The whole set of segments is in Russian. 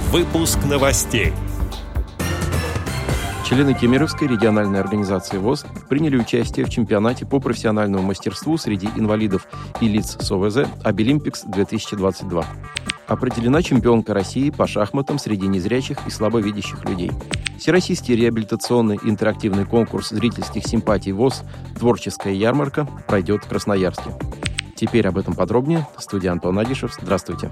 Выпуск новостей. Члены Кемеровской региональной организации ВОС приняли участие в чемпионате по профессиональному мастерству среди инвалидов и лиц с ОВЗ «Обилимпикс-2022». Определена чемпионка России по шахматам среди незрячих и слабовидящих людей. Всероссийский реабилитационный интерактивный конкурс зрительских симпатий ВОС «Творческая ярмарка» пройдет в Красноярске. Теперь об этом подробнее. В студии Антон Агишев. Здравствуйте.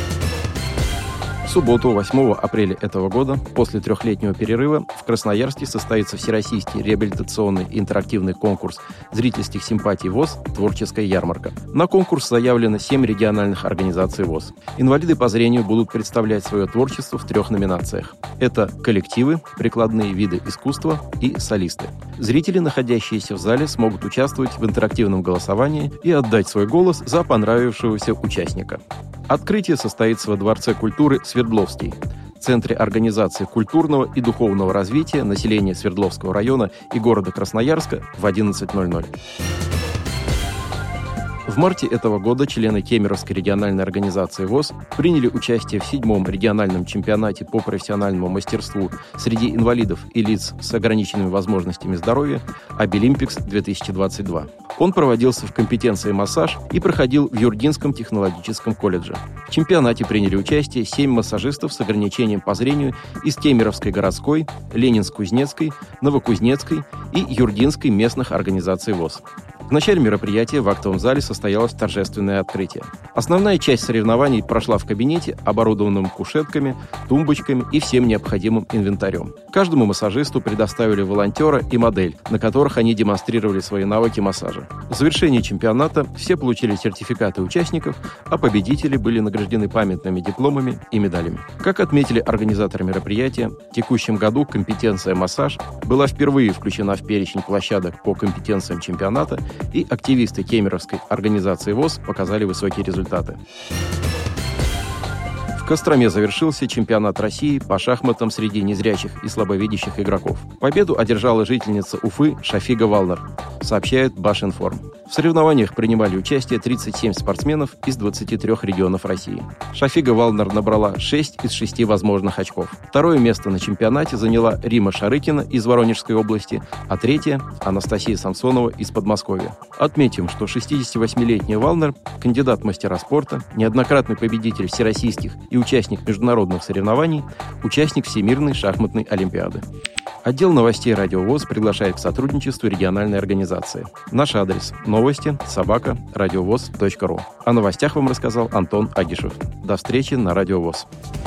В субботу, 8 апреля этого года, после трехлетнего перерыва, в Красноярске состоится Всероссийский реабилитационный интерактивный конкурс зрительских симпатий ВОС «Творческая ярмарка». На конкурс заявлено 7 региональных организаций ВОС. Инвалиды по зрению будут представлять свое творчество в 3 номинациях. Это коллективы, прикладные виды искусства и солисты. Зрители, находящиеся в зале, смогут участвовать в интерактивном голосовании и отдать свой голос за понравившегося участника. Открытие состоится во Дворце культуры «Свердловский», Центре организации культурного и духовного развития населения Свердловского района и города Красноярска в 11:00. В марте этого года члены Кемеровской региональной организации ВОС приняли участие в 7-м региональном чемпионате по профессиональному мастерству среди инвалидов и лиц с ограниченными возможностями здоровья «Обилимпикс-2022». Он проводился в компетенции массаж и проходил в Юрдинском технологическом колледже. В чемпионате приняли участие 7 массажистов с ограничением по зрению из Кемеровской городской, Ленинск-Кузнецкой, Новокузнецкой и Юрдинской местных организаций ВОС. В начале мероприятия в актовом зале состоялось торжественное открытие. Основная часть соревнований прошла в кабинете, оборудованном кушетками, тумбочками и всем необходимым инвентарем. Каждому массажисту предоставили волонтера и модель, на которых они демонстрировали свои навыки массажа. В завершении чемпионата все получили сертификаты участников, а победители были награждены памятными дипломами и медалями. Как отметили организаторы мероприятия, в текущем году компетенция массаж была впервые включена в перечень площадок по компетенциям чемпионата, и активисты Кемеровской организации ВОС показали высокие результаты. В Костроме завершился чемпионат России по шахматам среди незрячих и слабовидящих игроков. Победу одержала жительница Уфы Шафига Валнер, сообщает Башинформ. В соревнованиях принимали участие 37 спортсменов из 23 регионов России. Шафига Валнер набрала 6 из 6 возможных очков. Второе место на чемпионате заняла Рима Шарыкина из Воронежской области, а третье – Анастасия Самсонова из Подмосковья. Отметим, что 68-летняя Валнер – кандидат в мастера спорта, неоднократный победитель всероссийских и участник международных соревнований, участник Всемирной шахматной олимпиады. Отдел новостей Радио ВОС приглашает к сотрудничеству региональной организации. Наш адрес – новости@радиовоз.ру. О новостях вам рассказал Антон Агишев. До встречи на Радио ВОС.